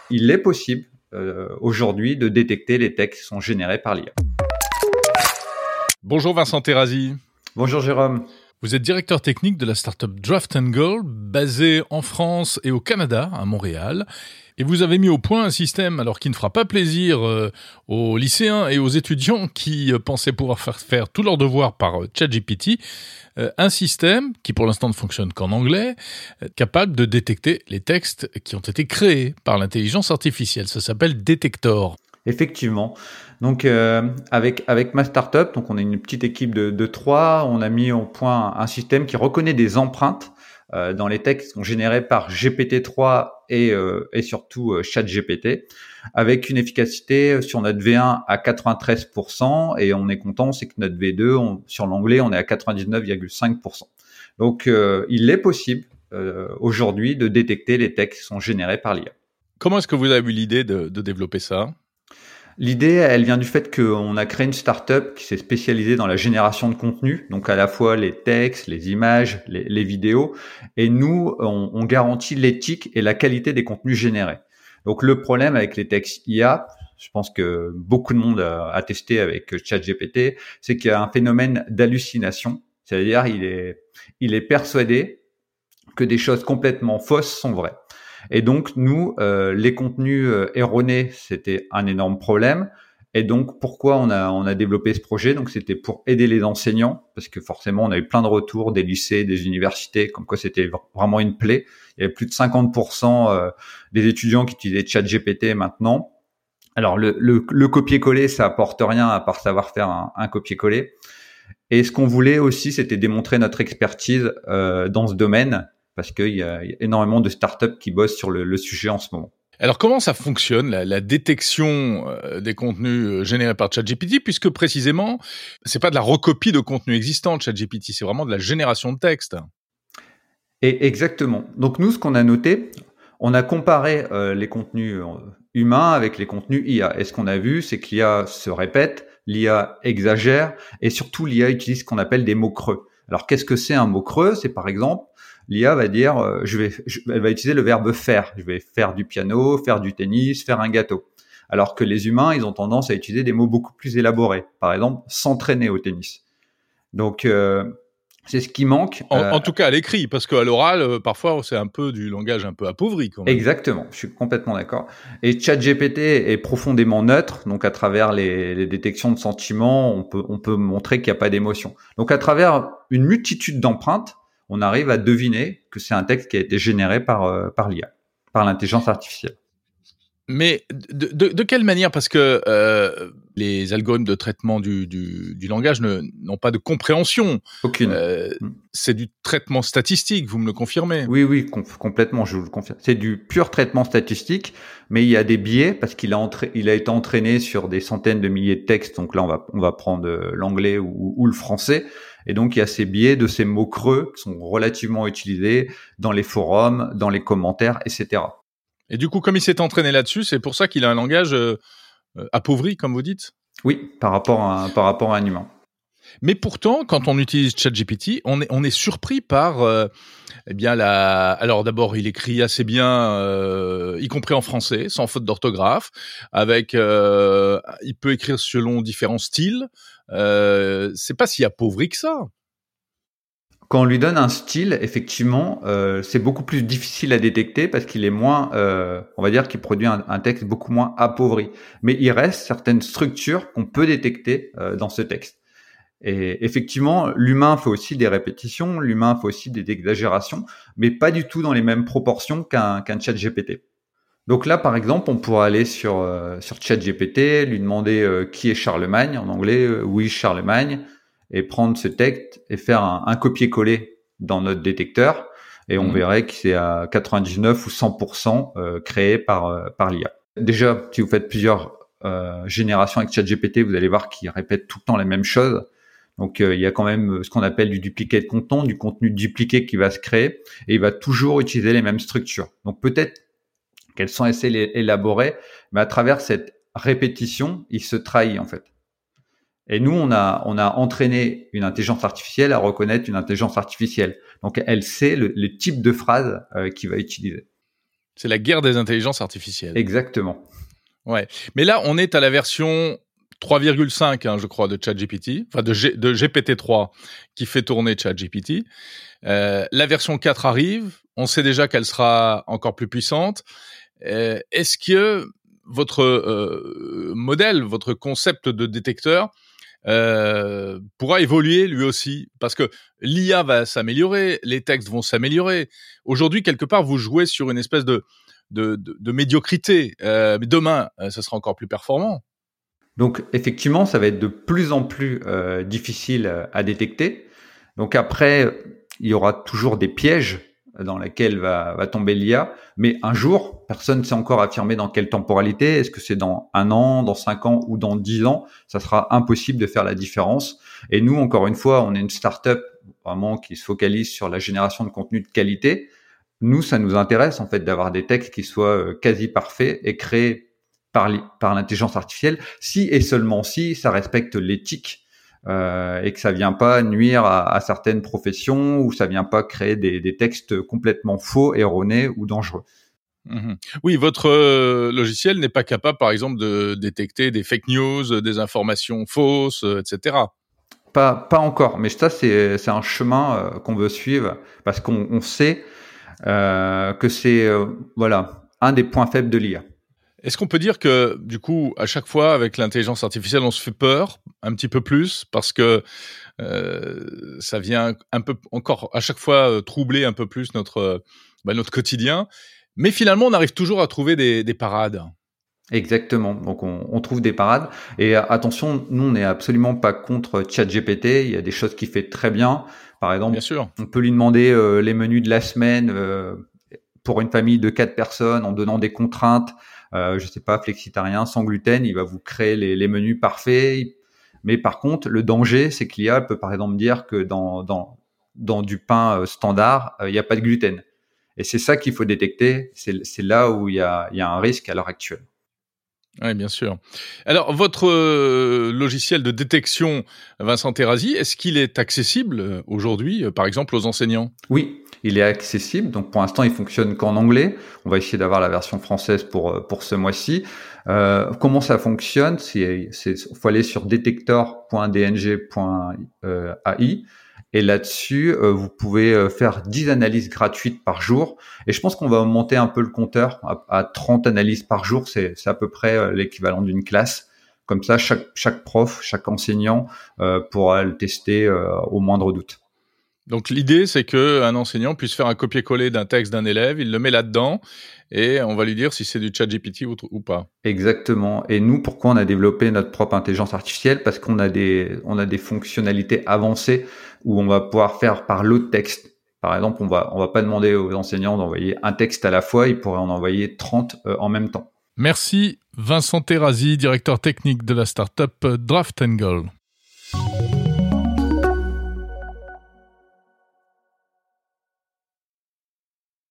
Il est possible aujourd'hui de détecter les textes qui sont générés par l'IA. Bonjour Vincent Terrazi. Bonjour Jérôme. Vous êtes directeur technique de la startup Draft & Goal, basée en France et au Canada, à Montréal. Et vous avez mis au point un système, alors qui ne fera pas plaisir aux lycéens et aux étudiants qui pensaient pouvoir faire tous leurs devoirs par ChatGPT, un système qui pour l'instant ne fonctionne qu'en anglais, capable de détecter les textes qui ont été créés par l'intelligence artificielle. Ça s'appelle Detector. Effectivement. Donc avec ma startup, donc on est une petite équipe de 3, on a mis au point un système qui reconnaît des empreintes dans les textes qui sont générés par GPT-3 et surtout ChatGPT, avec une efficacité sur notre V1 à 93%, et on est content, c'est que notre V2 sur l'anglais on est à 99,5%. Donc il est possible aujourd'hui de détecter les textes qui sont générés par l'IA. Comment est-ce que vous avez eu l'idée de développer ça ? L'idée, elle vient du fait qu'on a créé une startup qui s'est spécialisée dans la génération de contenu, donc à la fois les textes, les images, les vidéos, et nous, on garantit l'éthique et la qualité des contenus générés. Donc le problème avec les textes IA, je pense que beaucoup de monde a testé avec ChatGPT, c'est qu'il y a un phénomène d'hallucination, c'est-à-dire il est persuadé que des choses complètement fausses sont vraies. Et donc, nous, les contenus erronés, c'était un énorme problème. Et donc, pourquoi on a développé ce projet ? Donc, c'était pour aider les enseignants, parce que forcément, on a eu plein de retours des lycées, des universités, comme quoi c'était vraiment une plaie. Il y avait plus de 50% des étudiants qui utilisaient ChatGPT maintenant. Alors, le copier-coller, ça apporte rien à part savoir faire un copier-coller. Et ce qu'on voulait aussi, c'était démontrer notre expertise dans ce domaine, parce qu'il y a énormément de startups qui bossent sur le sujet en ce moment. Alors comment ça fonctionne, la détection des contenus générés par ChatGPT, puisque précisément, c'est pas de la recopie de contenus existants de ChatGPT, c'est vraiment de la génération de texte. Et exactement. Donc nous, ce qu'on a noté, on a comparé les contenus humains avec les contenus IA. Et ce qu'on a vu, c'est que l'IA se répète, l'IA exagère, et surtout l'IA utilise ce qu'on appelle des mots creux. Alors qu'est-ce que c'est un mot creux ? C'est par exemple, l'IA va dire, elle va utiliser le verbe faire. Je vais faire du piano, faire du tennis, faire un gâteau. Alors que les humains, ils ont tendance à utiliser des mots beaucoup plus élaborés. Par exemple, s'entraîner au tennis. Donc, c'est ce qui manque. En tout cas à l'écrit, parce qu'à l'oral, parfois, c'est un peu du langage un peu appauvri quand même. Exactement, je suis complètement d'accord. Et ChatGPT est profondément neutre, donc à travers les détections de sentiments, on peut montrer qu'il n'y a pas d'émotion. Donc à travers une multitude d'empreintes, on arrive à deviner que c'est un texte qui a été généré par l'IA, par l'intelligence artificielle. Mais de quelle manière ? Parce que les algorithmes de traitement du langage n'ont pas de compréhension. Aucune. C'est du traitement statistique, vous me le confirmez ? Oui, complètement, je vous le confirme. C'est du pur traitement statistique, mais il y a des biais parce qu'il a été entraîné sur des centaines de milliers de textes. Donc là, on va prendre l'anglais ou le français. Et donc, il y a ces biais de ces mots creux qui sont relativement utilisés dans les forums, dans les commentaires, etc. Et du coup, comme il s'est entraîné là-dessus, c'est pour ça qu'il a un langage appauvri, comme vous dites ? Oui, par rapport à un humain. Mais pourtant, quand on utilise ChatGPT, on est surpris par alors d'abord, il écrit assez bien, y compris en français, sans faute d'orthographe, avec il peut écrire selon différents styles. C'est pas si appauvri que ça. Quand on lui donne un style, effectivement, c'est beaucoup plus difficile à détecter parce qu'il est moins, on va dire qu'il produit un texte beaucoup moins appauvri. Mais il reste certaines structures qu'on peut détecter dans ce texte. Et effectivement, l'humain fait aussi des répétitions, l'humain fait aussi des exagérations, mais pas du tout dans les mêmes proportions qu'un ChatGPT. Donc là, par exemple, on pourrait aller sur ChatGPT, lui demander qui est Charlemagne, en anglais, who is Charlemagne, et prendre ce texte et faire un copier-coller dans notre détecteur, et on verrait que c'est à 99 ou 100% créé par l'IA. Déjà, si vous faites plusieurs générations avec ChatGPT, vous allez voir qu'il répète tout le temps la même chose. Donc, il y a quand même ce qu'on appelle du duplicate content, du contenu dupliqué qui va se créer, et il va toujours utiliser les mêmes structures. Donc, peut-être qu'elles sont assez élaborées, mais à travers cette répétition, il se trahit en fait. Et nous, on a entraîné une intelligence artificielle à reconnaître une intelligence artificielle. Donc, elle sait le type de phrase qu'il va utiliser. C'est la guerre des intelligences artificielles. Exactement. Ouais. Mais là, on est à la version 3,5, je crois, de ChatGPT, enfin de GPT-3 qui fait tourner ChatGPT. La version 4 arrive. On sait déjà qu'elle sera encore plus puissante. Est-ce que votre modèle, votre concept de détecteur pourra évoluer lui aussi? Parce que l'IA va s'améliorer, les textes vont s'améliorer. Aujourd'hui, quelque part, vous jouez sur une espèce de médiocrité. Mais demain, ça sera encore plus performant. Donc effectivement, ça va être de plus en plus difficile à détecter. Donc après, il y aura toujours des pièges dans lesquels va tomber l'IA. Mais un jour, personne ne sait encore affirmer dans quelle temporalité. Est-ce que c'est dans 1 an, dans 5 ans ou dans 10 ans? Ça sera impossible de faire la différence. Et nous, encore une fois, on est une start-up vraiment qui se focalise sur la génération de contenu de qualité. Nous, ça nous intéresse en fait d'avoir des textes qui soient quasi parfaits et créés par l'intelligence artificielle, si et seulement si ça respecte l'éthique et que ça vient pas nuire à certaines professions ou ça vient pas créer des textes complètement faux, erronés ou dangereux. Oui, votre logiciel n'est pas capable, par exemple, de détecter des fake news, des informations fausses, etc. Pas encore, mais ça c'est un chemin qu'on veut suivre parce qu'on sait que c'est un des points faibles de l'IA. Est-ce qu'on peut dire que, du coup, à chaque fois, avec l'intelligence artificielle, on se fait peur un petit peu plus parce que ça vient un peu encore à chaque fois troubler un peu plus notre quotidien, mais finalement, on arrive toujours à trouver des parades. Exactement. Donc on trouve des parades. Et attention, nous on n'est absolument pas contre ChatGPT. Il y a des choses qu'il fait très bien. Par exemple, bien sûr, on peut lui demander les menus de la semaine pour une famille de 4 personnes en donnant des contraintes. Je sais pas, flexitarien, sans gluten, il va vous créer les menus parfaits. Mais par contre, le danger, c'est que l'IA peut par exemple dire que dans du pain standard, il n'y a pas de gluten. Et c'est ça qu'il faut détecter. C'est là où il y a un risque à l'heure actuelle. Oui, bien sûr. Alors, votre logiciel de détection, Vincent Terrazi, est-ce qu'il est accessible aujourd'hui, par exemple, aux enseignants? Oui, il est accessible. Donc, pour l'instant, il fonctionne qu'en anglais. On va essayer d'avoir la version française pour ce mois-ci. Comment ça fonctionne? Faut aller sur detector.dng.ai. Et là-dessus, vous pouvez faire 10 analyses gratuites par jour. Et je pense qu'on va augmenter un peu le compteur à 30 analyses par jour. C'est à peu près l'équivalent d'une classe. Comme ça, chaque prof, chaque enseignant pourra le tester au moindre doute. Donc l'idée, c'est qu'un enseignant puisse faire un copier-coller d'un texte d'un élève, il le met là-dedans, et on va lui dire si c'est du ChatGPT ou pas. Exactement. Et nous, pourquoi on a développé notre propre intelligence artificielle? Parce qu'on a des fonctionnalités avancées où on va pouvoir faire par lot de texte. Par exemple, on va pas demander aux enseignants d'envoyer un texte à la fois, ils pourraient en envoyer 30 en même temps. Merci Vincent Terrazi, directeur technique de la start-up Draft & Goal.